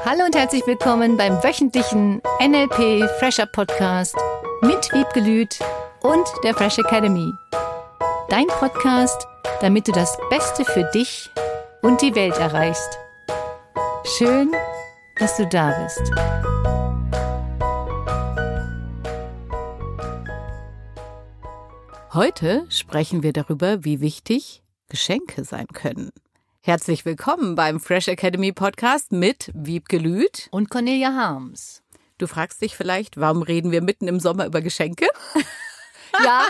Hallo und herzlich willkommen beim wöchentlichen NLP Fresher Podcast mit Wiebke Lüth und der Fresh Academy. Dein Podcast, damit du das Beste für dich und die Welt erreichst. Schön, dass du da bist. Heute sprechen wir darüber, wie wichtig Geschenke sein können. Herzlich willkommen beim Fresh Academy Podcast mit Wiebke Lüth und Cornelia Harms. Du fragst dich vielleicht, warum reden wir mitten im Sommer über Geschenke? Ja.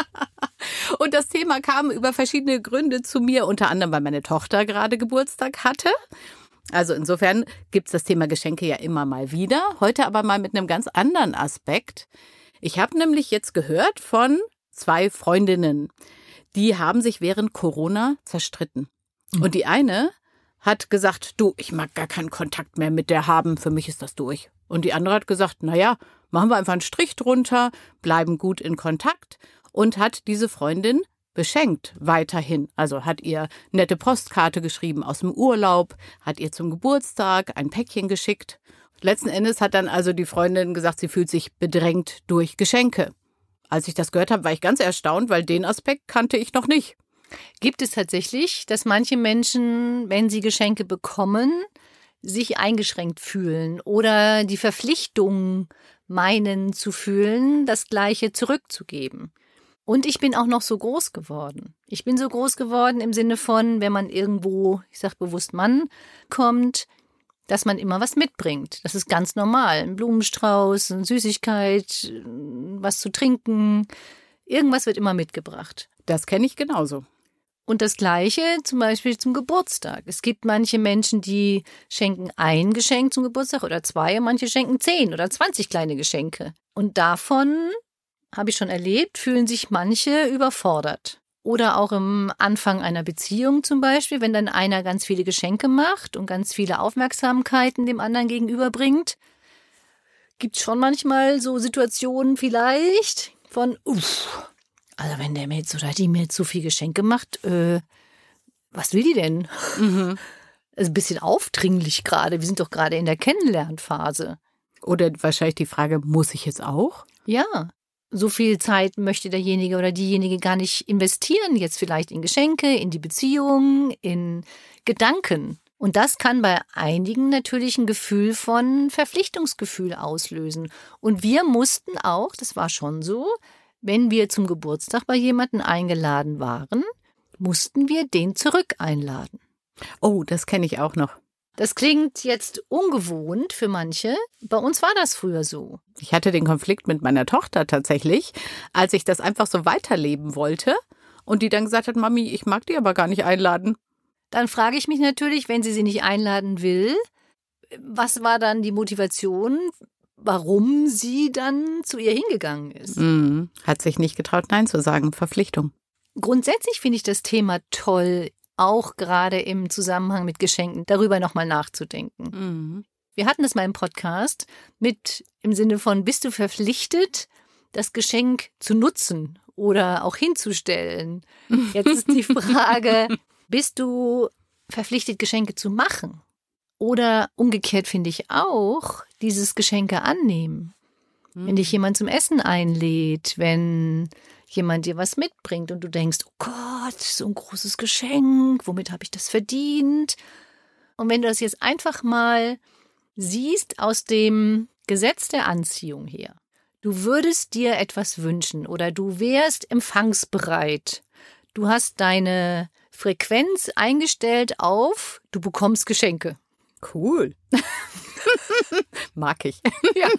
Und das Thema kam über verschiedene Gründe zu mir, unter anderem, weil meine Tochter gerade Geburtstag hatte. Also insofern gibt es das Thema Geschenke ja immer mal wieder. Heute aber mal mit einem ganz anderen Aspekt. Ich habe nämlich jetzt gehört von 2 Freundinnen, die haben sich während Corona zerstritten. Und die eine hat gesagt, du, ich mag gar keinen Kontakt mehr mit der haben, für mich ist das durch. Und die andere hat gesagt, naja, machen wir einfach einen Strich drunter, bleiben gut in Kontakt und hat diese Freundin beschenkt weiterhin. Also hat ihr nette Postkarte geschrieben aus dem Urlaub, hat ihr zum Geburtstag ein Päckchen geschickt. Letzten Endes hat dann also die Freundin gesagt, sie fühlt sich bedrängt durch Geschenke. Als ich das gehört habe, war ich ganz erstaunt, weil den Aspekt kannte ich noch nicht. Gibt es tatsächlich, dass manche Menschen, wenn sie Geschenke bekommen, sich eingeschränkt fühlen oder die Verpflichtung meinen zu fühlen, das Gleiche zurückzugeben. Und ich bin auch noch so groß geworden. Ich bin so groß geworden im Sinne von, wenn man irgendwo, ich sage bewusst Mann, kommt, dass man immer was mitbringt. Das ist ganz normal. Ein Blumenstrauß, eine Süßigkeit, was zu trinken. Irgendwas wird immer mitgebracht. Das kenne ich genauso. Und das Gleiche zum Beispiel zum Geburtstag. Es gibt manche Menschen, die schenken ein Geschenk zum Geburtstag oder 2 und manche schenken 10 oder 20 kleine Geschenke. Und davon, habe ich schon erlebt, fühlen sich manche überfordert. Oder auch im Anfang einer Beziehung zum Beispiel, wenn dann einer ganz viele Geschenke macht und ganz viele Aufmerksamkeiten dem anderen gegenüberbringt, gibt es schon manchmal so Situationen vielleicht von, also wenn der mir jetzt oder die mir jetzt so viel Geschenke macht, was will die denn? Mhm. Also ein bisschen aufdringlich gerade. Wir sind doch gerade in der Kennenlernphase. Oder wahrscheinlich die Frage, muss ich jetzt auch? Ja. So viel Zeit möchte derjenige oder diejenige gar nicht investieren, jetzt vielleicht in Geschenke, in die Beziehung, in Gedanken. Und das kann bei einigen natürlich ein Gefühl von Verpflichtungsgefühl auslösen. Und wir mussten auch, das war schon so, wenn wir zum Geburtstag bei jemandem eingeladen waren, mussten wir den zurück einladen. Oh, das kenne ich auch noch. Das klingt jetzt ungewohnt für manche. Bei uns war das früher so. Ich hatte den Konflikt mit meiner Tochter tatsächlich, als ich das einfach so weiterleben wollte und die dann gesagt hat, Mami, ich mag die aber gar nicht einladen. Dann frage ich mich natürlich, wenn sie nicht einladen will, was war dann die Motivation, warum sie dann zu ihr hingegangen ist? Hat sich nicht getraut, Nein zu sagen. Verpflichtung. Grundsätzlich finde ich das Thema toll, auch gerade im Zusammenhang mit Geschenken, darüber nochmal nachzudenken. Mhm. Wir hatten das mal im Podcast mit im Sinne von, bist du verpflichtet, das Geschenk zu nutzen oder auch hinzustellen? Jetzt ist die Frage, bist du verpflichtet, Geschenke zu machen? Oder umgekehrt finde ich auch, dieses Geschenke annehmen. Wenn dich jemand zum Essen einlädt, wenn jemand dir was mitbringt und du denkst, oh Gott, so ein großes Geschenk, womit habe ich das verdient? Und wenn du das jetzt einfach mal siehst aus dem Gesetz der Anziehung her, du würdest dir etwas wünschen oder du wärst empfangsbereit, du hast deine Frequenz eingestellt auf, du bekommst Geschenke. Cool. Mag ich. Ja.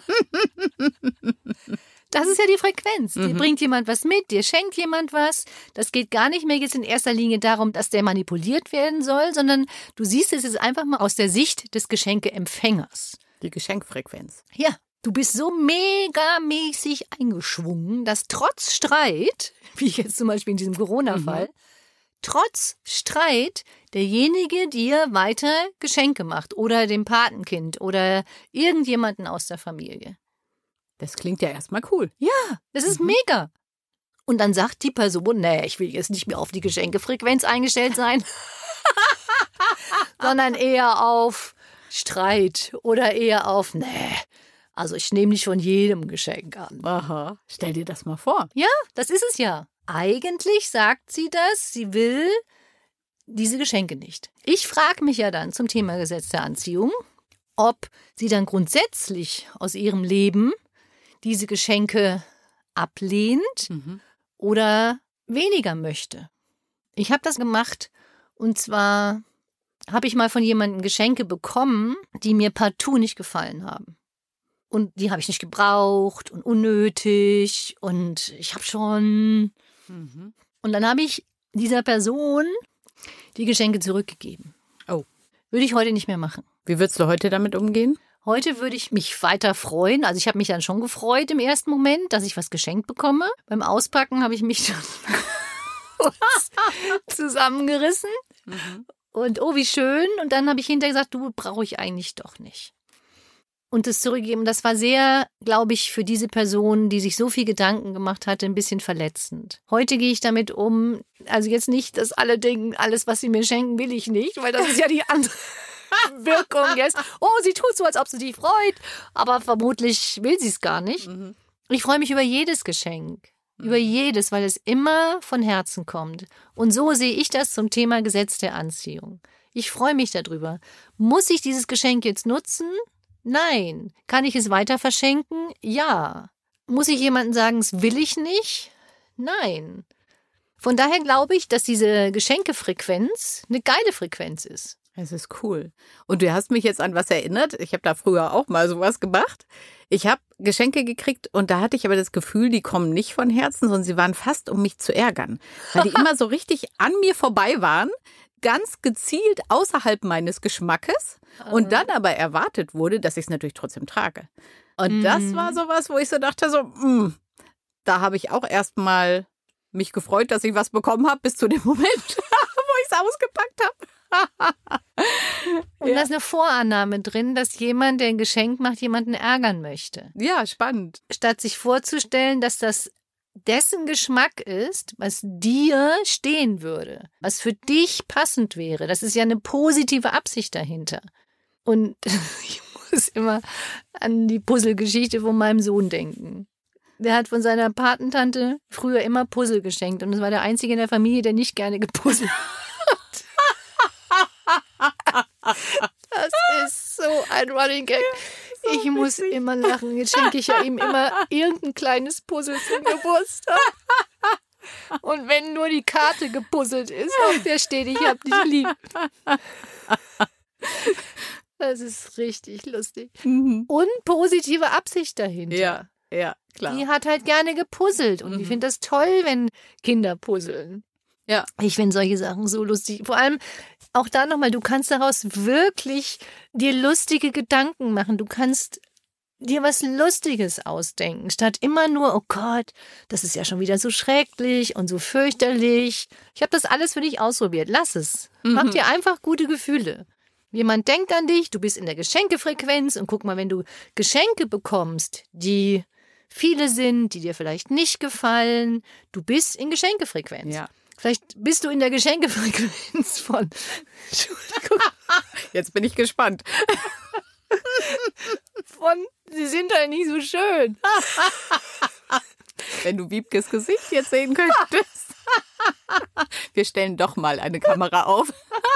Das ist ja die Frequenz. Dir bringt jemand was mit, dir schenkt jemand was. Das geht gar nicht mehr jetzt in erster Linie darum, dass der manipuliert werden soll, sondern du siehst es jetzt einfach mal aus der Sicht des Geschenkeempfängers. Die Geschenkfrequenz. Ja, du bist so megamäßig eingeschwungen, dass trotz Streit, wie jetzt zum Beispiel in diesem Corona-Fall, trotz Streit derjenige dir weiter Geschenke macht oder dem Patenkind oder irgendjemanden aus der Familie. Das klingt ja erstmal cool. Ja, das ist mega. Und dann sagt die Person, nee, ich will jetzt nicht mehr auf die Geschenkefrequenz eingestellt sein, sondern eher auf Streit oder eher auf, also ich nehme nicht von jedem Geschenk an. Aha, stell dir das mal vor. Ja, das ist es ja. Eigentlich sagt sie das, sie will diese Geschenke nicht. Ich frage mich ja dann zum Thema Gesetz der Anziehung, ob sie dann grundsätzlich aus ihrem Leben diese Geschenke ablehnt oder weniger möchte. Ich habe das gemacht und zwar habe ich mal von jemandem Geschenke bekommen, die mir partout nicht gefallen haben. Und die habe ich nicht gebraucht und unnötig und ich habe schon... Und dann habe ich dieser Person die Geschenke zurückgegeben. Oh. Würde ich heute nicht mehr machen. Wie würdest du heute damit umgehen? Heute würde ich mich weiter freuen. Also ich habe mich dann schon gefreut im ersten Moment, dass ich was geschenkt bekomme. Beim Auspacken habe ich mich dann kurz zusammengerissen. Und oh, wie schön. Und dann habe ich hinterher gesagt, du, brauche ich eigentlich doch nicht. Und das zurückgeben, das war sehr, glaube ich, für diese Person, die sich so viel Gedanken gemacht hatte, ein bisschen verletzend. Heute gehe ich damit um, also jetzt nicht, dass alle denken, alles, was sie mir schenken, will ich nicht, weil das ist ja die andere Wirkung jetzt. Oh, sie tut so, als ob sie dich freut, aber vermutlich will sie es gar nicht. Ich freue mich über jedes Geschenk, über jedes, weil es immer von Herzen kommt. Und so sehe ich das zum Thema Gesetz der Anziehung. Ich freue mich darüber. Muss ich dieses Geschenk jetzt nutzen? Nein. Kann ich es weiter verschenken? Ja. Muss ich jemandem sagen, es will ich nicht? Nein. Von daher glaube ich, dass diese Geschenkefrequenz eine geile Frequenz ist. Es ist cool. Und du hast mich jetzt an was erinnert. Ich habe da früher auch mal sowas gemacht. Ich habe Geschenke gekriegt und da hatte ich aber das Gefühl, die kommen nicht von Herzen, sondern sie waren fast, um mich zu ärgern. Weil die immer so richtig an mir vorbei waren, ganz gezielt außerhalb meines Geschmackes und dann aber erwartet wurde, dass ich es natürlich trotzdem trage. Und das war sowas, wo ich so dachte, da habe ich auch erstmal mich gefreut, dass ich was bekommen habe, bis zu dem Moment, wo ich es ausgepackt habe. Und da ist eine Vorannahme drin, dass jemand, der ein Geschenk macht, jemanden ärgern möchte. Ja, spannend. Statt sich vorzustellen, dass das dessen Geschmack ist, was dir stehen würde, was für dich passend wäre. Das ist ja eine positive Absicht dahinter. Und ich muss immer an die Puzzlegeschichte von meinem Sohn denken. Der hat von seiner Patentante früher immer Puzzle geschenkt und es war der Einzige in der Familie, der nicht gerne gepuzzelt hat. Das ist so ein Running Gag. Ich muss immer lachen. Jetzt schenke ich ja ihm immer irgendein kleines Puzzle zum Geburtstag. Und wenn nur die Karte gepuzzelt ist, auf der steht, ich hab dich lieb. Das ist richtig lustig. Und positive Absicht dahinter. Ja, klar. Die hat halt gerne gepuzzelt und ich finde das toll, wenn Kinder puzzeln. Ja. Ich finde solche Sachen so lustig. Vor allem auch da nochmal, du kannst daraus wirklich dir lustige Gedanken machen. Du kannst dir was Lustiges ausdenken, statt immer nur, oh Gott, das ist ja schon wieder so schrecklich und so fürchterlich. Ich habe das alles für dich ausprobiert. Lass es. Mach dir einfach gute Gefühle. Jemand denkt an dich, du bist in der Geschenkefrequenz und guck mal, wenn du Geschenke bekommst, die viele sind, die dir vielleicht nicht gefallen, du bist in Geschenkefrequenz. Ja. Vielleicht bist du in der Geschenkefrequenz von... Entschuldigung. Jetzt bin ich gespannt. Sie sind halt nicht so schön. Wenn du Wiebkes Gesicht jetzt sehen könntest. Wir stellen doch mal eine Kamera auf.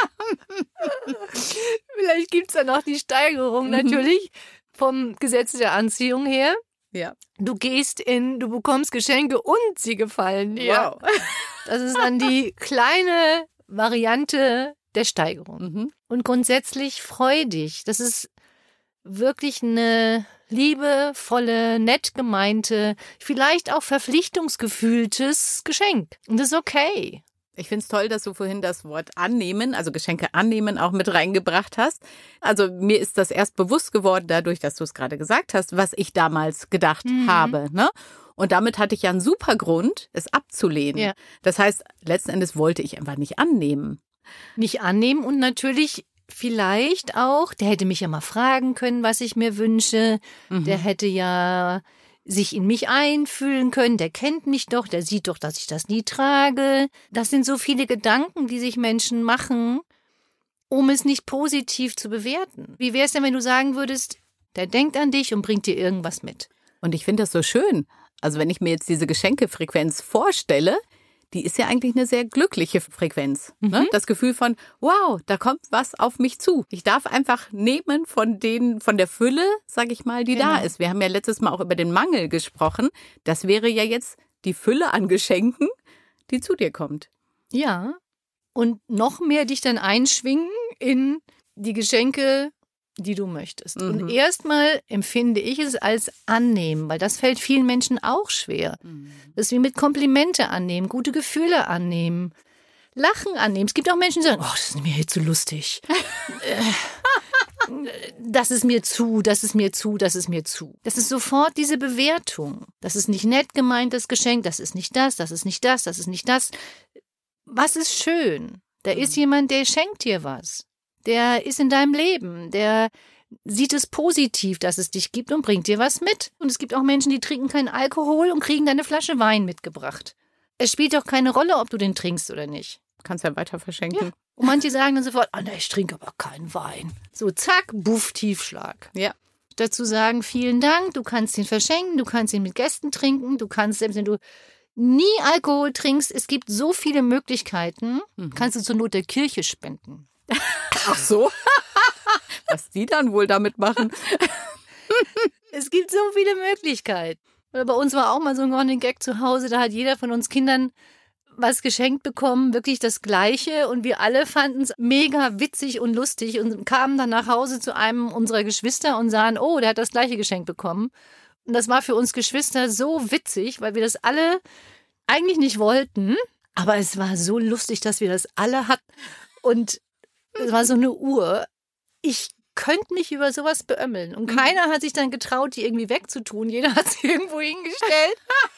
Vielleicht gibt es dann auch die Steigerung natürlich vom Gesetz der Anziehung her. Ja. Du bekommst Geschenke und sie gefallen dir. Wow. Das ist dann die kleine Variante der Steigerung. Und grundsätzlich freu dich. Das ist wirklich eine liebevolle, nett gemeinte, vielleicht auch verpflichtungsgefühltes Geschenk. Und das ist okay. Ich finde es toll, dass du vorhin das Wort annehmen, also Geschenke annehmen, auch mit reingebracht hast. Also mir ist das erst bewusst geworden, dadurch, dass du es gerade gesagt hast, was ich damals gedacht habe. Ne? Und damit hatte ich ja einen super Grund, es abzulehnen. Ja. Das heißt, letzten Endes wollte ich einfach nicht annehmen. Nicht annehmen und natürlich vielleicht auch, der hätte mich ja mal fragen können, was ich mir wünsche. Der hätte ja sich in mich einfühlen können, der kennt mich doch, der sieht doch, dass ich das nie trage. Das sind so viele Gedanken, die sich Menschen machen. um es nicht positiv zu bewerten. Wie wäre es denn, wenn du sagen würdest, der denkt an dich und bringt dir irgendwas mit? Und ich finde das so schön. Also wenn ich mir jetzt diese Geschenkefrequenz vorstelle, die ist ja eigentlich eine sehr glückliche Frequenz. Ne? Das Gefühl von, wow, da kommt was auf mich zu. Ich darf einfach nehmen von der Fülle, sage ich mal, die da ist. Wir haben ja letztes Mal auch über den Mangel gesprochen. Das wäre ja jetzt die Fülle an Geschenken, die zu dir kommt. Ja, und noch mehr dich dann einschwingen in die Geschenke, die du möchtest. Und erstmal empfinde ich es als annehmen, weil das fällt vielen Menschen auch schwer. Dass wir mit Komplimente annehmen, gute Gefühle annehmen, Lachen annehmen. Es gibt auch Menschen, die sagen, oh, das ist mir jetzt so lustig. Das ist mir zu, das ist mir zu, das ist mir zu. Das ist sofort diese Bewertung. Das ist nicht nett gemeint, das Geschenk, das ist nicht das, das ist nicht das, das ist nicht das. Was ist schön? Da ist jemand, der schenkt dir was. Der ist in deinem Leben, der sieht es positiv, dass es dich gibt und bringt dir was mit. Und es gibt auch Menschen, die trinken keinen Alkohol und kriegen deine Flasche Wein mitgebracht. Es spielt doch keine Rolle, ob du den trinkst oder nicht. Kannst ja weiter verschenken. Ja. Und manche sagen dann sofort, ne, ich trinke aber keinen Wein. So, zack, buff, Tiefschlag. Ja. Dazu sagen, vielen Dank, du kannst ihn verschenken, du kannst ihn mit Gästen trinken, du kannst, selbst wenn du nie Alkohol trinkst, es gibt so viele Möglichkeiten, kannst du zur Not der Kirche spenden. Ach so? Was die dann wohl damit machen? Es gibt so viele Möglichkeiten. Bei uns war auch mal so ein Running Gag zu Hause, da hat jeder von uns Kindern was geschenkt bekommen, wirklich das Gleiche. Und wir alle fanden es mega witzig und lustig und kamen dann nach Hause zu einem unserer Geschwister und sahen, oh, der hat das Gleiche geschenkt bekommen. Und das war für uns Geschwister so witzig, weil wir das alle eigentlich nicht wollten. Aber es war so lustig, dass wir das alle hatten. Und es war so eine Uhr. Ich könnte mich über sowas beömmeln. Und keiner hat sich dann getraut, die irgendwie wegzutun. Jeder hat sie irgendwo hingestellt.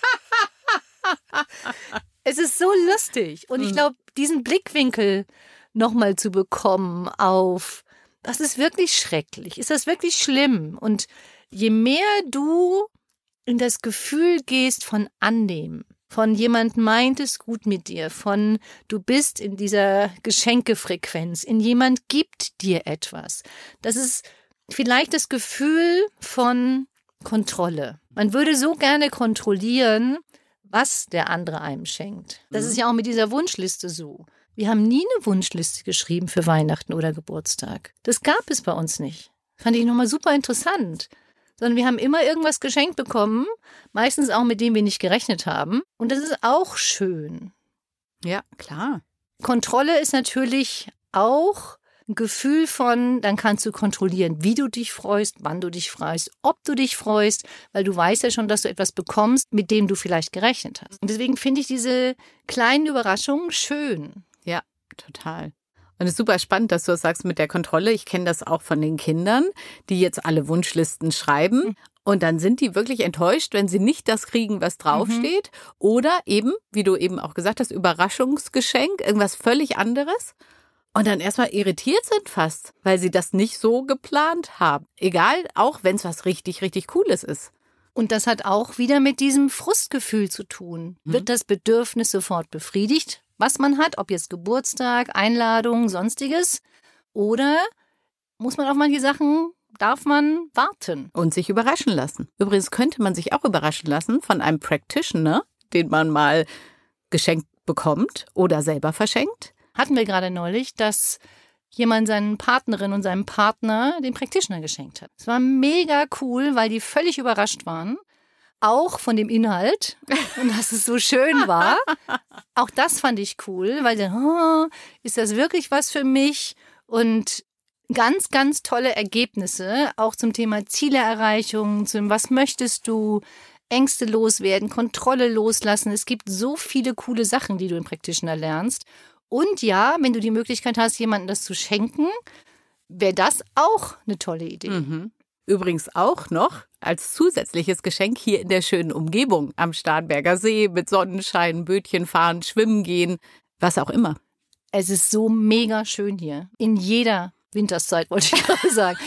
Es ist so lustig. Und ich glaube, diesen Blickwinkel nochmal zu bekommen auf, das ist wirklich schrecklich. Ist das wirklich schlimm? Und je mehr du in das Gefühl gehst von Annehmen, von jemand meint es gut mit dir, von du bist in dieser Geschenkefrequenz, in jemand gibt dir etwas. Das ist vielleicht das Gefühl von Kontrolle. Man würde so gerne kontrollieren, was der andere einem schenkt. Das ist ja auch mit dieser Wunschliste so. Wir haben nie eine Wunschliste geschrieben für Weihnachten oder Geburtstag. Das gab es bei uns nicht. Fand ich nochmal super interessant. Sondern wir haben immer irgendwas geschenkt bekommen, meistens auch mit dem wir nicht gerechnet haben. Und das ist auch schön. Ja, klar. Kontrolle ist natürlich auch ein Gefühl von, dann kannst du kontrollieren, wie du dich freust, wann du dich freust, ob du dich freust, weil du weißt ja schon, dass du etwas bekommst, mit dem du vielleicht gerechnet hast. Und deswegen finde ich diese kleinen Überraschungen schön. Ja, total. Und es ist super spannend, dass du das sagst mit der Kontrolle. Ich kenne das auch von den Kindern, die jetzt alle Wunschlisten schreiben. Und dann sind die wirklich enttäuscht, wenn sie nicht das kriegen, was draufsteht. Oder eben, wie du eben auch gesagt hast, Überraschungsgeschenk, irgendwas völlig anderes. Und dann erstmal irritiert sind fast, weil sie das nicht so geplant haben. Egal, auch wenn es was richtig, richtig Cooles ist. Und das hat auch wieder mit diesem Frustgefühl zu tun. Wird das Bedürfnis sofort befriedigt, was man hat, ob jetzt Geburtstag, Einladung, sonstiges? Oder muss man auf manche Sachen, darf man warten? Und sich überraschen lassen. Übrigens könnte man sich auch überraschen lassen von einem Practitioner, den man mal geschenkt bekommt oder selber verschenkt. Hatten wir gerade neulich, dass jemand seinen Partnerin und seinem Partner den Practitioner geschenkt hat. Es war mega cool, weil die völlig überrascht waren. Auch von dem Inhalt und dass es so schön war. Auch das fand ich cool, weil ist das wirklich was für mich? Und ganz, ganz tolle Ergebnisse, auch zum Thema Zielerreichung, zum was möchtest du, Ängste loswerden, Kontrolle loslassen. Es gibt so viele coole Sachen, die du im Practitioner lernst. Und ja, wenn du die Möglichkeit hast, jemandem das zu schenken, wäre das auch eine tolle Idee. Übrigens auch noch als zusätzliches Geschenk hier in der schönen Umgebung am Starnberger See mit Sonnenschein, Bötchen fahren, schwimmen gehen, was auch immer. Es ist so mega schön hier. In jeder Winterszeit, wollte ich gerade sagen.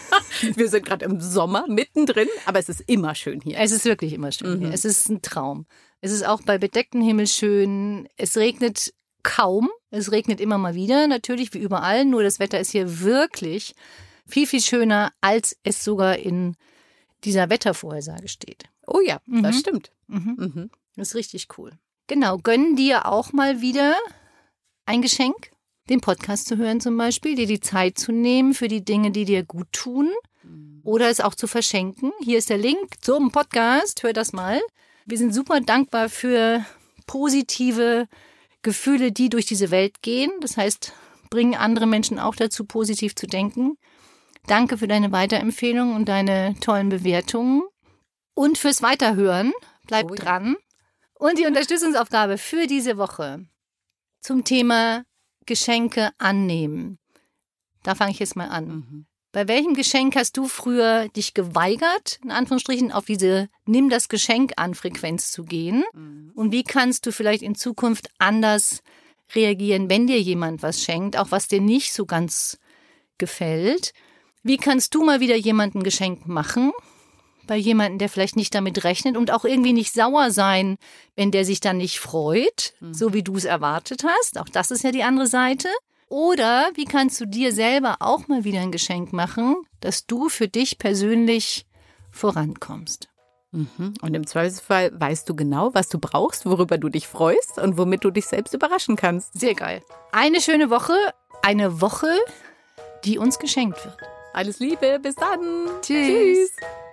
Wir sind gerade im Sommer mittendrin, aber es ist immer schön hier. Es ist wirklich immer schön hier. Es ist ein Traum. Es ist auch bei bedecktem Himmel schön. Es regnet kaum. Es regnet immer mal wieder, natürlich wie überall, nur das Wetter ist hier wirklich viel, viel schöner, als es sogar in dieser Wettervorhersage steht. Oh ja, das stimmt. Das ist richtig cool. Genau, gönn dir auch mal wieder ein Geschenk, den Podcast zu hören zum Beispiel, dir die Zeit zu nehmen für die Dinge, die dir gut tun oder es auch zu verschenken. Hier ist der Link zum Podcast, hör das mal. Wir sind super dankbar für positive Gefühle, die durch diese Welt gehen. Das heißt, bringen andere Menschen auch dazu, positiv zu denken. Danke für deine Weiterempfehlungen und deine tollen Bewertungen und fürs Weiterhören. Bleib dran. Und die Unterstützungsaufgabe für diese Woche zum Thema Geschenke annehmen. Da fange ich jetzt mal an. Bei welchem Geschenk hast du früher dich geweigert, in Anführungsstrichen, auf diese Nimm das Geschenk an Frequenz zu gehen? Und wie kannst du vielleicht in Zukunft anders reagieren, wenn dir jemand was schenkt, auch was dir nicht so ganz gefällt? Wie kannst du mal wieder jemandem ein Geschenk machen? Bei jemandem, der vielleicht nicht damit rechnet und auch irgendwie nicht sauer sein, wenn der sich dann nicht freut, so wie du es erwartet hast. Auch das ist ja die andere Seite. Oder wie kannst du dir selber auch mal wieder ein Geschenk machen, dass du für dich persönlich vorankommst? Und im Zweifelsfall weißt du genau, was du brauchst, worüber du dich freust und womit du dich selbst überraschen kannst. Sehr geil. Eine schöne Woche, eine Woche, die uns geschenkt wird. Alles Liebe, bis dann. Tschüss.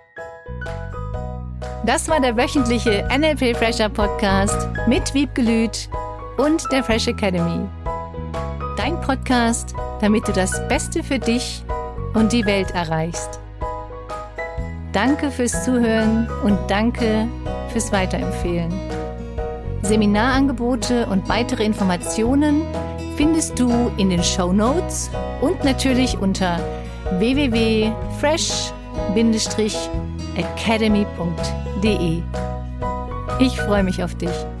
Das war der wöchentliche NLP Fresher Podcast mit Wiebke Lüth und der Fresh Academy. Dein Podcast, damit du das Beste für dich und die Welt erreichst. Danke fürs Zuhören und danke fürs Weiterempfehlen. Seminarangebote und weitere Informationen findest du in den Shownotes und natürlich unter www.fresh-academy.de. Ich freue mich auf dich.